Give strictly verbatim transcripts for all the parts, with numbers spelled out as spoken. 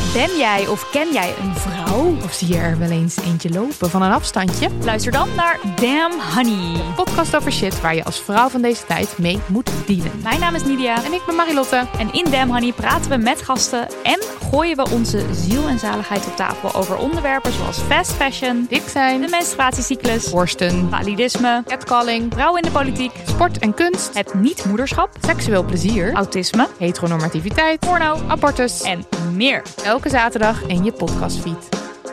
Ben jij of ken jij een vrouw? Of zie je er wel eens eentje lopen van een afstandje? Luister dan naar Damn Honey. Een podcast over shit waar je als vrouw van deze tijd mee moet dealen. Mijn naam is Nidia. En ik ben Marilotte. En in Damn Honey praten we met gasten en gooien we onze ziel en zaligheid op tafel over onderwerpen zoals fast fashion, dik zijn, de menstruatiecyclus, borsten, validisme, catcalling, vrouwen in de politiek, sport en kunst, het niet-moederschap, seksueel plezier, autisme, heteronormativiteit, porno, abortus en meer. Elke zaterdag in je podcastfeed.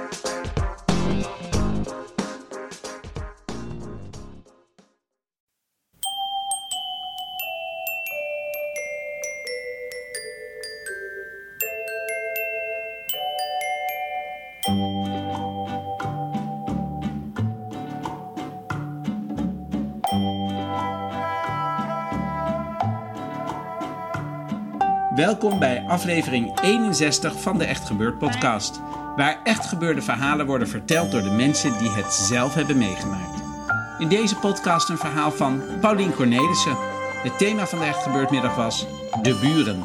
Welkom bij aflevering eenenzestig van de Echt Gebeurd podcast. Waar echt gebeurde verhalen worden verteld door de mensen die het zelf hebben meegemaakt. In deze podcast een verhaal van Paulien Cornelissen. Het thema van de Echt Gebeurd middag was de buren.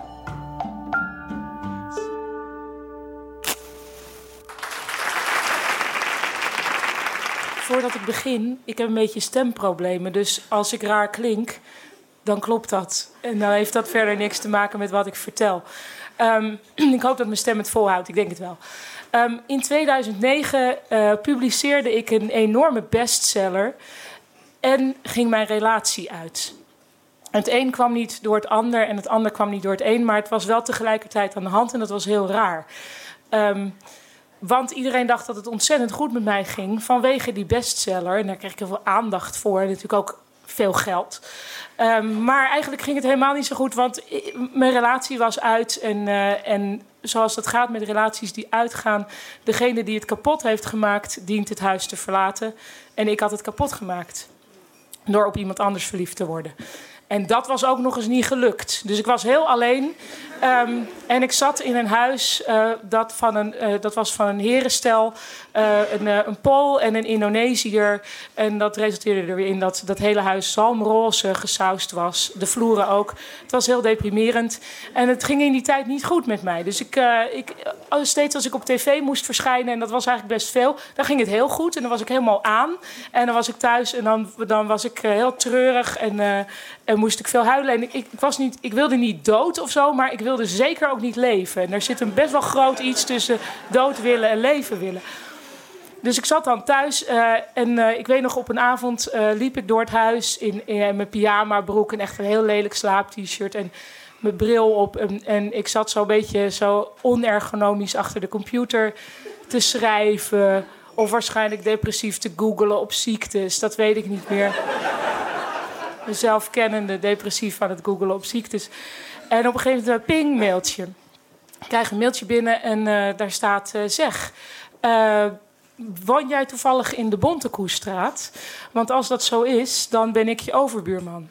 Voordat ik begin, ik heb een beetje stemproblemen. Dus als ik raar klink, dan klopt dat. En dan heeft dat verder niks te maken met wat ik vertel. Um, ik hoop dat mijn stem het volhoudt, ik denk het wel. Um, in tweeduizend negen uh, publiceerde ik een enorme bestseller en ging mijn relatie uit. Het een kwam niet door het ander en het ander kwam niet door het een, maar het was wel tegelijkertijd aan de hand en dat was heel raar. Um, Want iedereen dacht dat het ontzettend goed met mij ging vanwege die bestseller. En daar kreeg ik heel veel aandacht voor en natuurlijk ook veel geld. Um, maar eigenlijk ging het helemaal niet zo goed, want mijn relatie was uit. En, uh, en zoals dat gaat met relaties die uitgaan, degene die het kapot heeft gemaakt, dient het huis te verlaten. En ik had het kapot gemaakt door op iemand anders verliefd te worden. En dat was ook nog eens niet gelukt. Dus ik was heel alleen. Um, en ik zat in een huis, uh, dat, van een, uh, dat was van een herenstel. Uh, een, uh, een Pool en een Indonesiër. En dat resulteerde er weer in dat dat hele huis zalmroze gesausd was. De vloeren ook. Het was heel deprimerend. En het ging in die tijd niet goed met mij. Dus ik, uh, ik, steeds als ik op tv moest verschijnen, en dat was eigenlijk best veel, dan ging het heel goed. En dan was ik helemaal aan. En dan was ik thuis en dan, dan was ik uh, heel treurig en... Uh, En moest ik veel huilen. En ik, ik, was niet, ik wilde niet dood of zo, maar ik wilde zeker ook niet leven. En er zit een best wel groot iets tussen dood willen en leven willen. Dus ik zat dan thuis uh, en uh, ik weet nog, op een avond uh, liep ik door het huis in, in mijn pyjama broek en echt een heel lelijk slaap-t-shirt en mijn bril op. En, en ik zat zo'n beetje zo onergonomisch achter de computer te schrijven of waarschijnlijk depressief te googlen op ziektes. Dat weet ik niet meer. Mezelf kennende, depressief aan het googelen op ziektes. En op een gegeven moment een ping-mailtje. Ik krijg een mailtje binnen en uh, daar staat... Uh, zeg, uh, woon jij toevallig in de Bontekoestraat? Want als dat zo is, dan ben ik je overbuurman.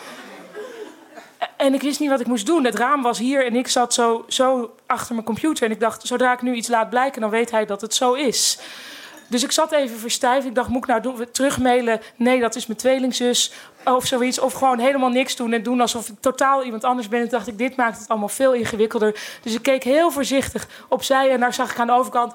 En ik wist niet wat ik moest doen. Het raam was hier en ik zat zo, zo achter mijn computer. En ik dacht, zodra ik nu iets laat blijken, dan weet hij dat het zo is. Dus ik zat even verstijfd. Ik dacht, moet ik nou doen, terugmailen? Nee, dat is mijn tweelingzus. Of zoiets. Of gewoon helemaal niks doen en doen alsof ik totaal iemand anders ben. En toen dacht ik, dit maakt het allemaal veel ingewikkelder. Dus ik keek heel voorzichtig opzij en daar zag ik aan de overkant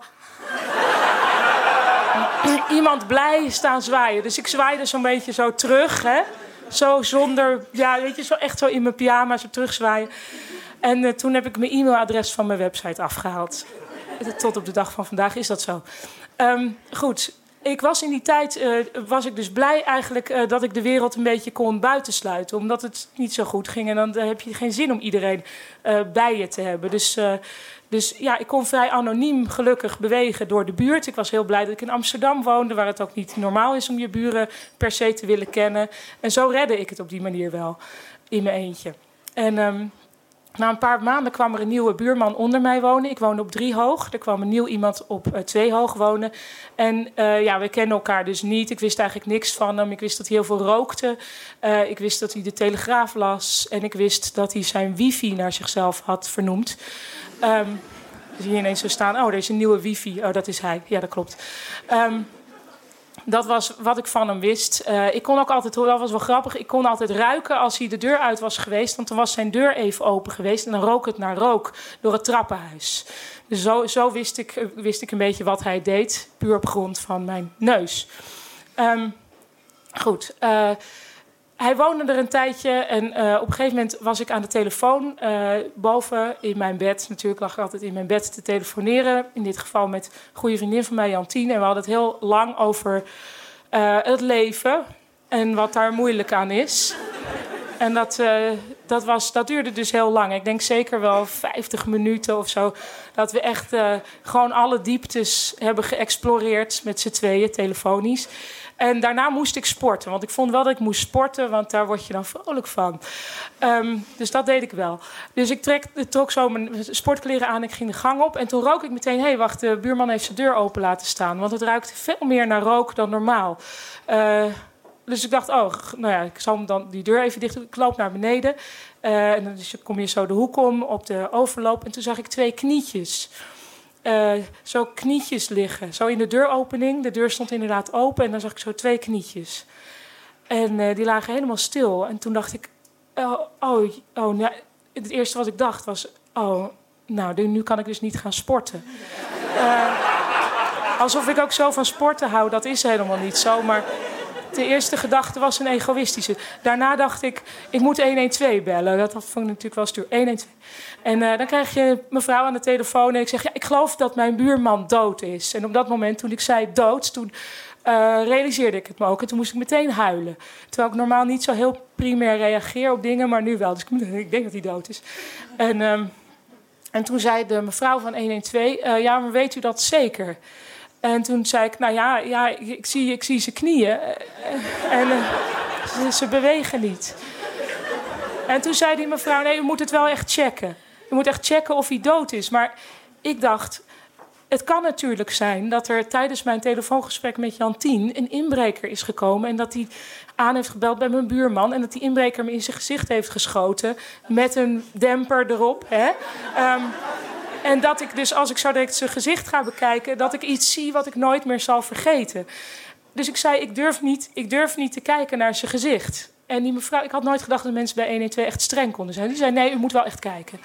iemand blij staan zwaaien. Dus ik zwaaide zo'n beetje zo terug, hè. Zo zonder, ja, weet je, zo echt zo in mijn pyjama zo terugzwaaien. En uh, toen heb ik mijn e-mailadres van mijn website afgehaald. Tot op de dag van vandaag is dat zo. Um, goed, ik was in die tijd, uh, was ik dus blij eigenlijk uh, dat ik de wereld een beetje kon buitensluiten. Omdat het niet zo goed ging en dan uh, heb je geen zin om iedereen uh, bij je te hebben. Dus, uh, dus ja, ik kon vrij anoniem gelukkig bewegen door de buurt. Ik was heel blij dat ik in Amsterdam woonde, waar het ook niet normaal is om je buren per se te willen kennen. En zo redde ik het op die manier wel, in mijn eentje. En... Um, Na een paar maanden kwam er een nieuwe buurman onder mij wonen. Ik woonde op drie hoog. Er kwam een nieuw iemand op uh, twee hoog wonen. En uh, ja, we kennen elkaar dus niet. Ik wist eigenlijk niks van hem. Ik wist dat hij heel veel rookte. Uh, ik wist dat hij de Telegraaf las. En ik wist dat hij zijn wifi naar zichzelf had vernoemd. Um, zie je ineens zo staan. Oh, er is een nieuwe wifi. Oh, dat is hij. Ja, dat klopt. Um, Dat was wat ik van hem wist. Uh, ik kon ook altijd, dat was wel grappig, ik kon altijd ruiken als hij de deur uit was geweest. Want dan was zijn deur even open geweest en dan rook het naar rook door het trappenhuis. Dus zo, zo wist, ik, wist ik een beetje wat hij deed, puur op grond van mijn neus. Um, goed, uh, hij woonde er een tijdje en uh, op een gegeven moment was ik aan de telefoon uh, boven in mijn bed. Natuurlijk lag ik altijd in mijn bed te telefoneren. In dit geval met een goede vriendin van mij, Jantien. En we hadden het heel lang over uh, het leven en wat daar moeilijk aan is. En dat, uh, dat, was, dat duurde dus heel lang. Ik denk zeker wel vijftig minuten of zo. Dat we echt uh, gewoon alle dieptes hebben geëxploreerd met z'n tweeën, telefonisch. En daarna moest ik sporten. Want ik vond wel dat ik moest sporten, want daar word je dan vrolijk van. Um, dus dat deed ik wel. Dus ik trek, trok zo mijn sportkleren aan en ik ging de gang op. En toen rook ik meteen, hé, hey, wacht, de buurman heeft zijn deur open laten staan. Want het ruikt veel meer naar rook dan normaal. Uh, dus ik dacht, oh, nou ja, ik zal hem dan die deur even dicht doen. Ik loop naar beneden. Uh, en dan dus kom je zo de hoek om op de overloop. En toen zag ik twee knietjes. Uh, zo knietjes liggen. Zo in de deuropening. De deur stond inderdaad open. En dan zag ik zo twee knietjes. En uh, die lagen helemaal stil. En toen dacht ik... Oh, oh, oh nou, het eerste wat ik dacht was... Oh, nou, nu kan ik dus niet gaan sporten. Uh, alsof ik ook zo van sporten hou. Dat is helemaal niet zo. Maar de eerste gedachte was een egoïstische. Daarna dacht ik... Ik moet honderdtwaalf bellen. Dat vond ik natuurlijk wel stuur. honderdtwaalf. En uh, dan krijg je mevrouw aan de telefoon en ik zeg... Ja, ik geloof dat mijn buurman dood is. En op dat moment, toen ik zei dood... toen uh, realiseerde ik het me ook. En toen moest ik meteen huilen. Terwijl ik normaal niet zo heel primair reageer op dingen... maar nu wel. Dus ik, ik denk dat hij dood is. En, um, en toen zei de mevrouw van honderdtwaalf... Uh, ja, maar weet u dat zeker? En toen zei ik... Nou ja, ja ik, zie, ik zie zijn knieën. En uh, ze, ze bewegen niet. En toen zei die mevrouw... Nee, u moet het wel echt checken. Je moet echt checken of hij dood is. Maar ik dacht, het kan natuurlijk zijn... dat er tijdens mijn telefoongesprek met Jantien... een inbreker is gekomen... en dat hij aan heeft gebeld bij mijn buurman... en dat die inbreker me in zijn gezicht heeft geschoten... met een demper erop. Hè? Um, en dat ik dus, als ik zo direct zijn gezicht ga bekijken... dat ik iets zie wat ik nooit meer zal vergeten. Dus ik zei, ik durf niet, ik durf niet te kijken naar zijn gezicht... En die mevrouw, ik had nooit gedacht dat mensen bij honderdtwaalf echt streng konden zijn. Die zei, nee, u moet wel echt kijken.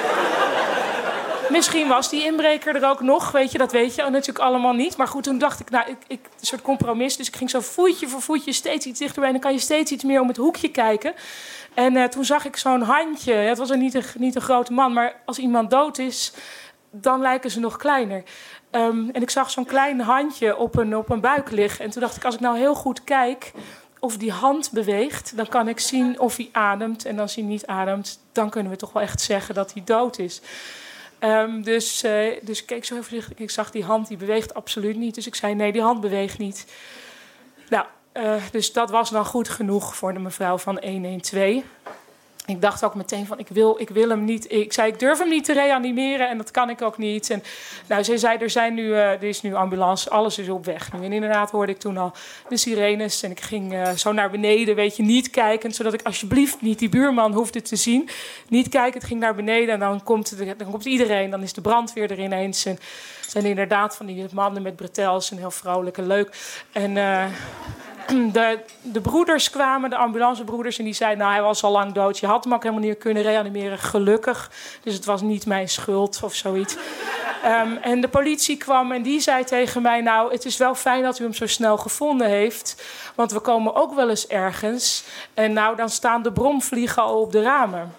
Misschien was die inbreker er ook nog, weet je, dat weet je natuurlijk allemaal niet. Maar goed, toen dacht ik, nou, ik, ik, een soort compromis. Dus ik ging zo voetje voor voetje steeds iets dichterbij. En dan kan je steeds iets meer om het hoekje kijken. En uh, toen zag ik zo'n handje. Ja, het was er niet een, niet een grote man, maar als iemand dood is, dan lijken ze nog kleiner. Um, en ik zag zo'n klein handje op een, op een buik liggen. En toen dacht ik, als ik nou heel goed kijk... of die hand beweegt, dan kan ik zien of hij ademt. En als hij niet ademt, dan kunnen we toch wel echt zeggen dat hij dood is. Um, dus, uh, dus ik keek zo even voorzichtig. Ik zag die hand, die beweegt absoluut niet. Dus ik zei, nee, die hand beweegt niet. Nou, uh, dus dat was dan goed genoeg voor de mevrouw van honderdtwaalf. Ik dacht ook meteen van, ik wil, ik wil hem niet... Ik zei, ik durf hem niet te reanimeren en dat kan ik ook niet. En nou, ze zei, er, zijn nu, uh, er is nu ambulance, alles is op weg nu. En inderdaad hoorde ik toen al de sirenes. En ik ging uh, zo naar beneden, weet je, niet kijkend... zodat ik alsjeblieft niet die buurman hoefde te zien. Niet kijkend, ging naar beneden en dan komt, de, dan komt iedereen. Dan is de brandweer er ineens. En zijn inderdaad van die mannen met bretels en heel vrolijk en leuk. En... Uh, De, de broeders kwamen, de ambulancebroeders, en die zeiden... nou, hij was al lang dood. Je had hem ook helemaal niet kunnen reanimeren, gelukkig. Dus het was niet mijn schuld of zoiets. Um, en de politie kwam en die zei tegen mij... nou, het is wel fijn dat u hem zo snel gevonden heeft. Want we komen ook wel eens ergens. En nou, dan staan de bromvliegen al op de ramen.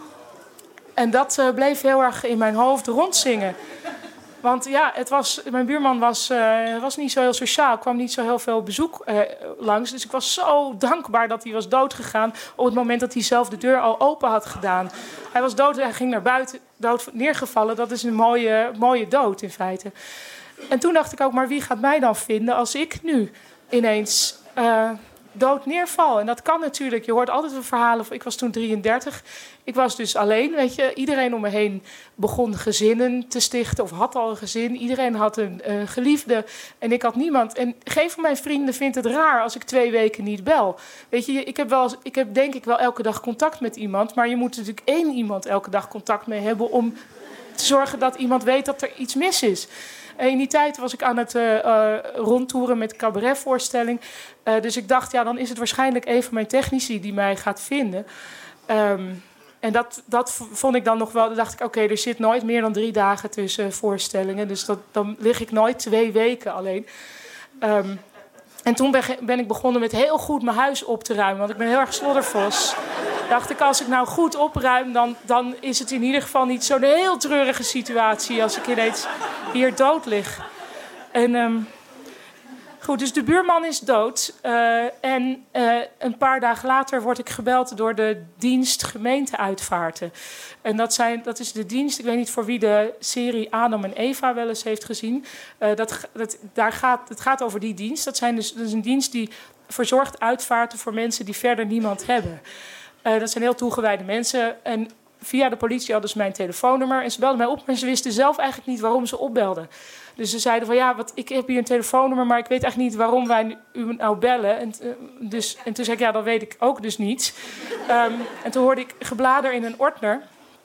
En dat uh, bleef heel erg in mijn hoofd rondzingen. Want ja, het was, mijn buurman was, uh, was niet zo heel sociaal. Kwam niet zo heel veel bezoek uh, langs. Dus ik was zo dankbaar dat hij was doodgegaan... op het moment dat hij zelf de deur al open had gedaan. Hij was dood, hij ging naar buiten, dood neergevallen. Dat is een mooie, mooie dood in feite. En toen dacht ik ook, maar wie gaat mij dan vinden... als ik nu ineens... Uh, dood neerval. En dat kan natuurlijk. Je hoort altijd wel verhalen. Ik was toen drieëndertig. Ik was dus alleen, weet je. Iedereen om me heen begon gezinnen te stichten... of had al een gezin. Iedereen had een uh, geliefde. En ik had niemand. En geen van mijn vrienden vindt het raar... als ik twee weken niet bel. Weet je, ik heb, wel, ik heb denk ik wel elke dag contact met iemand... maar je moet natuurlijk één iemand elke dag contact mee hebben... om te zorgen dat iemand weet dat er iets mis is. En in die tijd was ik aan het uh, uh, rondtoeren met cabaretvoorstelling. Uh, dus ik dacht, ja, dan is het waarschijnlijk een van mijn technici die mij gaat vinden. Um, en dat, dat vond ik dan nog wel. Dan dacht ik, oké, okay, er zit nooit meer dan drie dagen tussen voorstellingen. Dus dat, dan lig ik nooit twee weken alleen. Um, en toen ben, ben ik begonnen met heel goed mijn huis op te ruimen. Want ik ben heel erg sloddervos. Dacht ik, als ik nou goed opruim, dan, dan is het in ieder geval niet zo'n heel treurige situatie als ik ineens hier dood lig. En um, goed, dus de buurman is dood. Uh, en uh, een paar dagen later word ik gebeld door de dienst gemeenteuitvaarten. En dat, zijn, dat is de dienst, ik weet niet voor wie de serie Adam en Eva wel eens heeft gezien. Uh, dat, dat, daar gaat, het gaat over die dienst. Dat, zijn dus, dat is een dienst die verzorgt uitvaarten voor mensen die verder niemand hebben. Uh, dat zijn heel toegewijde mensen. En via de politie hadden ze mijn telefoonnummer. En ze belden mij op, maar ze wisten zelf eigenlijk niet waarom ze opbelden. Dus ze zeiden van, ja, wat, ik heb hier een telefoonnummer, maar ik weet eigenlijk niet waarom wij u nou bellen. En, uh, dus, en toen zei ik, ja, dat weet ik ook dus niet. Um, en toen hoorde ik geblader in een ordner.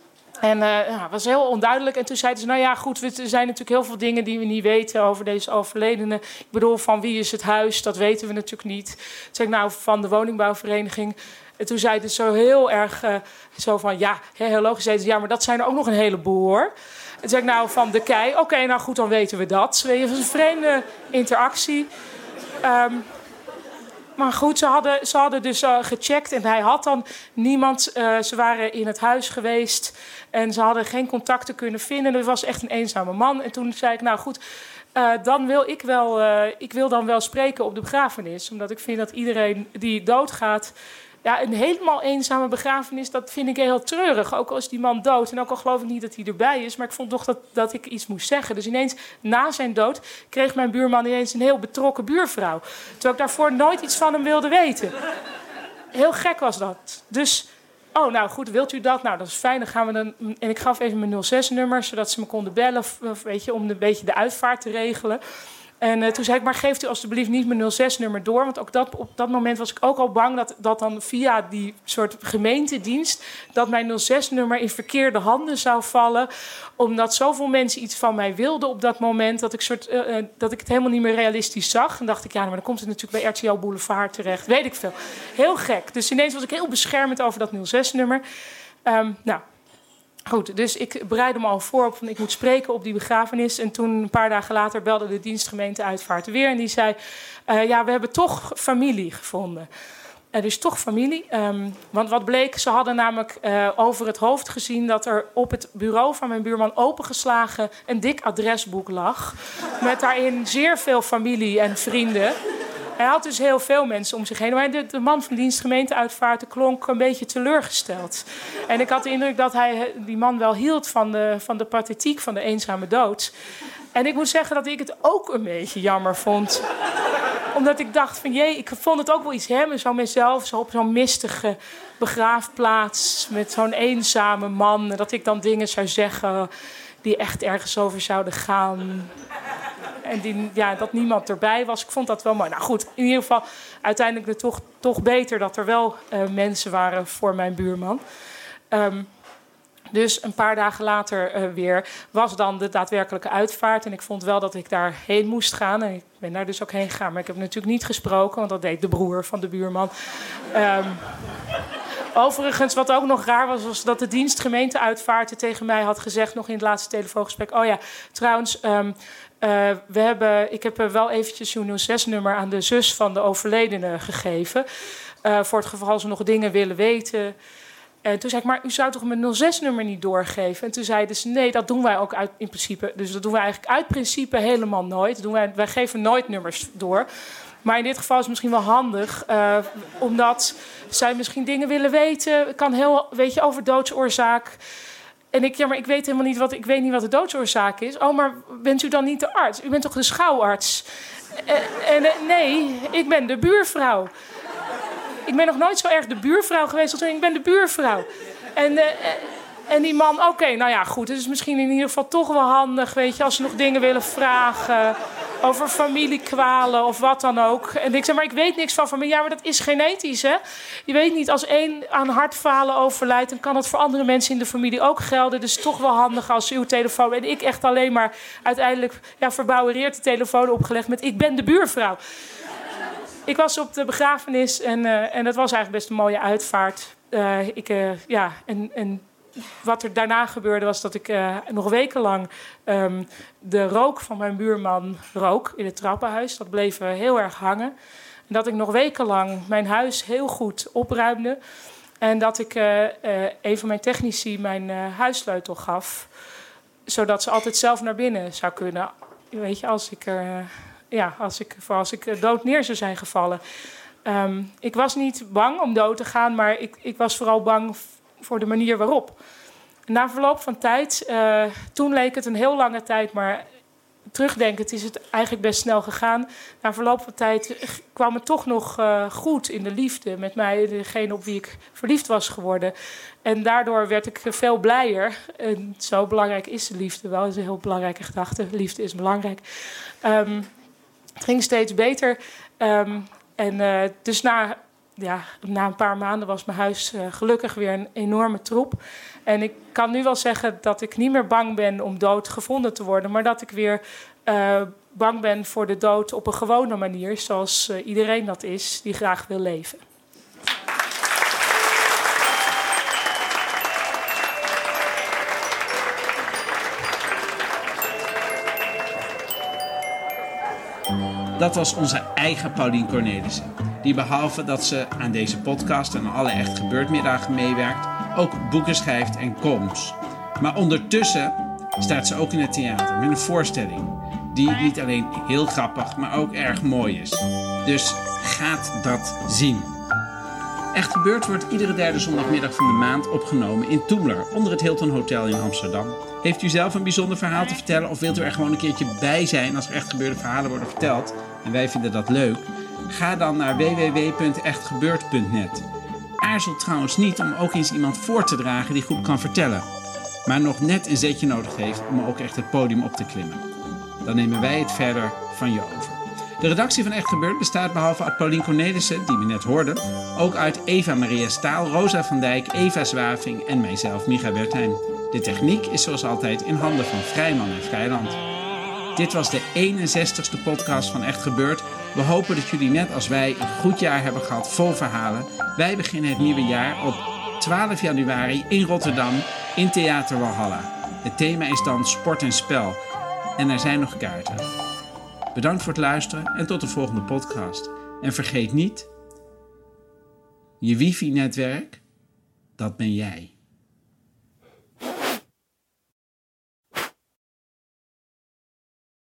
En uh, ja, het was heel onduidelijk. En toen zeiden ze, nou ja, goed, er zijn natuurlijk heel veel dingen die we niet weten over deze overledene. Ik bedoel, van wie is het huis? Dat weten we natuurlijk niet. Toen zei ik, nou, van de woningbouwvereniging. En toen zeiden ze zo heel erg, uh, zo van, ja, heel logisch. Zeiden ze, ja, maar dat zijn er ook nog een heleboel, hoor. En toen zei ik, nou, van de kei. Oké, okay, nou goed, dan weten we dat. Het was een vreemde interactie. Um, Maar goed, ze hadden, ze hadden dus uh, gecheckt en hij had dan niemand. Uh, ze waren in het huis geweest en ze hadden geen contacten kunnen vinden. Er was echt een eenzame man. En toen zei ik, nou goed, uh, dan wil ik wel, uh, ik wil dan wel spreken op de begrafenis. Omdat ik vind dat iedereen die doodgaat, ja, een helemaal eenzame begrafenis, dat vind ik heel treurig. Ook al is die man dood en ook al geloof ik niet dat hij erbij is. Maar ik vond toch dat, dat ik iets moest zeggen. Dus ineens, na zijn dood, kreeg mijn buurman ineens een heel betrokken buurvrouw. Terwijl ik daarvoor nooit iets van hem wilde weten. Heel gek was dat. Dus, oh, nou goed, wilt u dat? Nou, dat is fijn. Dan gaan we dan. En ik gaf even mijn nul zes nummer, zodat ze me konden bellen, of, weet je, om een beetje de uitvaart te regelen. En uh, toen zei ik, maar geeft u alstublieft niet mijn nul zes nummer door. Want ook dat, op dat moment was ik ook al bang dat, dat dan via die soort gemeentedienst, dat mijn nul zes nummer in verkeerde handen zou vallen. Omdat zoveel mensen iets van mij wilden op dat moment, dat ik, soort, uh, uh, dat ik het helemaal niet meer realistisch zag. En dacht ik, ja, maar dan komt het natuurlijk bij R T L Boulevard terecht. Weet ik veel. Heel gek. Dus ineens was ik heel beschermend over dat nul zes nummer. Um, nou... Goed, dus ik bereidde me al voor op van ik moet spreken op die begrafenis. En toen, een paar dagen later, belde de dienstgemeente Uitvaarten weer. En die zei, uh, ja, we hebben toch familie gevonden. Er is toch familie. Um, want wat bleek, ze hadden namelijk uh, over het hoofd gezien dat er op het bureau van mijn buurman opengeslagen een dik adresboek lag. Met daarin zeer veel familie en vrienden. Hij had dus heel veel mensen om zich heen. Maar de, de man van dienstgemeente Uitvaarten klonk een beetje teleurgesteld. En ik had de indruk dat hij, die man wel hield van de, van de pathetiek van de eenzame dood. En ik moet zeggen dat ik het ook een beetje jammer vond. Omdat ik dacht van, jee, ik vond het ook wel iets hebben. Zo mezelf, zo op zo'n mistige begraafplaats met zo'n eenzame man. En dat ik dan dingen zou zeggen die echt ergens over zouden gaan. En die, ja, dat niemand erbij was. Ik vond dat wel mooi. Nou goed, in ieder geval uiteindelijk toch, toch beter dat er wel uh, mensen waren voor mijn buurman. Um, dus een paar dagen later uh, weer was dan de daadwerkelijke uitvaart. En ik vond wel dat ik daar heen moest gaan. En ik ben daar dus ook heen gegaan. Maar ik heb natuurlijk niet gesproken, want dat deed de broer van de buurman. Um, Overigens, wat ook nog raar was, was dat de dienstgemeente Uitvaarten tegen mij had gezegd, nog in het laatste telefoongesprek, oh ja, trouwens, um, uh, we hebben, ik heb wel eventjes uw nul zes nummer aan de zus van de overledene gegeven, uh, voor het geval ze nog dingen willen weten. En toen zei ik, maar u zou toch mijn nul zes nummer niet doorgeven? En toen zeiden ze, nee, dat doen wij ook uit, in principe. Dus dat doen wij eigenlijk uit principe helemaal nooit. Dat doen wij, wij geven nooit nummers door. Maar in dit geval is het misschien wel handig, uh, omdat zij misschien dingen willen weten. Kan heel, weet je, over doodsoorzaak. En ik, ja, maar ik weet helemaal niet wat, ik weet niet wat de doodsoorzaak is. Oh, maar bent u dan niet de arts? U bent toch de schouwarts? Uh, en, uh, nee, ik ben de buurvrouw. Ik ben nog nooit zo erg de buurvrouw geweest als ik ben de buurvrouw. En, uh, en die man, oké, okay, nou ja, goed. Het is misschien in ieder geval toch wel handig, weet je, als ze nog dingen willen vragen. over familiekwalen of wat dan ook. En ik zeg, maar ik weet niks van familie. Ja, maar dat is genetisch, hè? Je weet niet, als één aan hartfalen overlijdt, dan kan dat voor andere mensen in de familie ook gelden. Dus toch wel handig als uw telefoon. En ik echt alleen maar uiteindelijk ja, verbouwereerd de telefoon opgelegd met ik ben de buurvrouw. Ik was op de begrafenis en, uh, en dat was eigenlijk best een mooie uitvaart. Uh, ik, uh, ja, en, en wat er daarna gebeurde was dat ik uh, nog wekenlang um, de rook van mijn buurman rook in het trappenhuis. Dat bleef uh, heel erg hangen. En dat ik nog wekenlang mijn huis heel goed opruimde. En dat ik uh, uh, een van mijn technici mijn uh, huissleutel gaf. Zodat ze altijd zelf naar binnen zou kunnen. Weet je, als ik er... Uh, Ja, als ik, voor als ik dood neer zou zijn gevallen. Um, ik was niet bang om dood te gaan, maar ik, ik was vooral bang voor de manier waarop. Na verloop van tijd, uh, toen leek het een heel lange tijd, maar terugdenkend is het eigenlijk best snel gegaan. Na verloop van tijd kwam het toch nog uh, goed in de liefde met mij, degene op wie ik verliefd was geworden. En daardoor werd ik veel blijer. En zo belangrijk is de liefde wel, dat is een heel belangrijke gedachte. Liefde is belangrijk. Um, Het ging steeds beter. Um, en uh, dus na, ja, na een paar maanden was mijn huis uh, gelukkig weer een enorme troep. En ik kan nu wel zeggen dat ik niet meer bang ben om dood gevonden te worden. Maar dat ik weer uh, bang ben voor de dood op een gewone manier. Zoals uh, iedereen dat is die graag wil leven. Dat was onze eigen Paulien Cornelissen. Die behalve dat ze aan deze podcast en alle Echt Gebeurd middagen meewerkt, ook boeken schrijft en columns. Maar ondertussen staat ze ook in het theater met een voorstelling die niet alleen heel grappig, maar ook erg mooi is. Dus gaat dat zien. Echt Gebeurd wordt iedere derde zondagmiddag van de maand opgenomen in Toemler, onder het Hilton Hotel in Amsterdam. Heeft u zelf een bijzonder verhaal te vertellen of wilt u er gewoon een keertje bij zijn als er echt gebeurde verhalen worden verteld? En wij vinden dat leuk. Ga dan naar w w w punt echt gebeurd punt net. Aarzel trouwens niet om ook eens iemand voor te dragen die goed kan vertellen. Maar nog net een zetje nodig heeft om ook echt het podium op te klimmen. Dan nemen wij het verder van je over. De redactie van Echt Gebeurd bestaat behalve uit Paulien Cornelissen, die we net hoorden, ook uit Eva Maria Staal, Rosa van Dijk, Eva Zwaving en mijzelf, Micha Wertheim. De techniek is zoals altijd in handen van Vrijman en Vrijland. Dit was de eenenzestigste podcast van Echt Gebeurd. We hopen dat jullie net als wij een goed jaar hebben gehad vol verhalen. Wij beginnen het nieuwe jaar op twaalf januari in Rotterdam in Theater Walhalla. Het thema is dan sport en spel. En er zijn nog kaarten. Bedankt voor het luisteren en tot de volgende podcast. En vergeet niet, je wifi-netwerk, dat ben jij.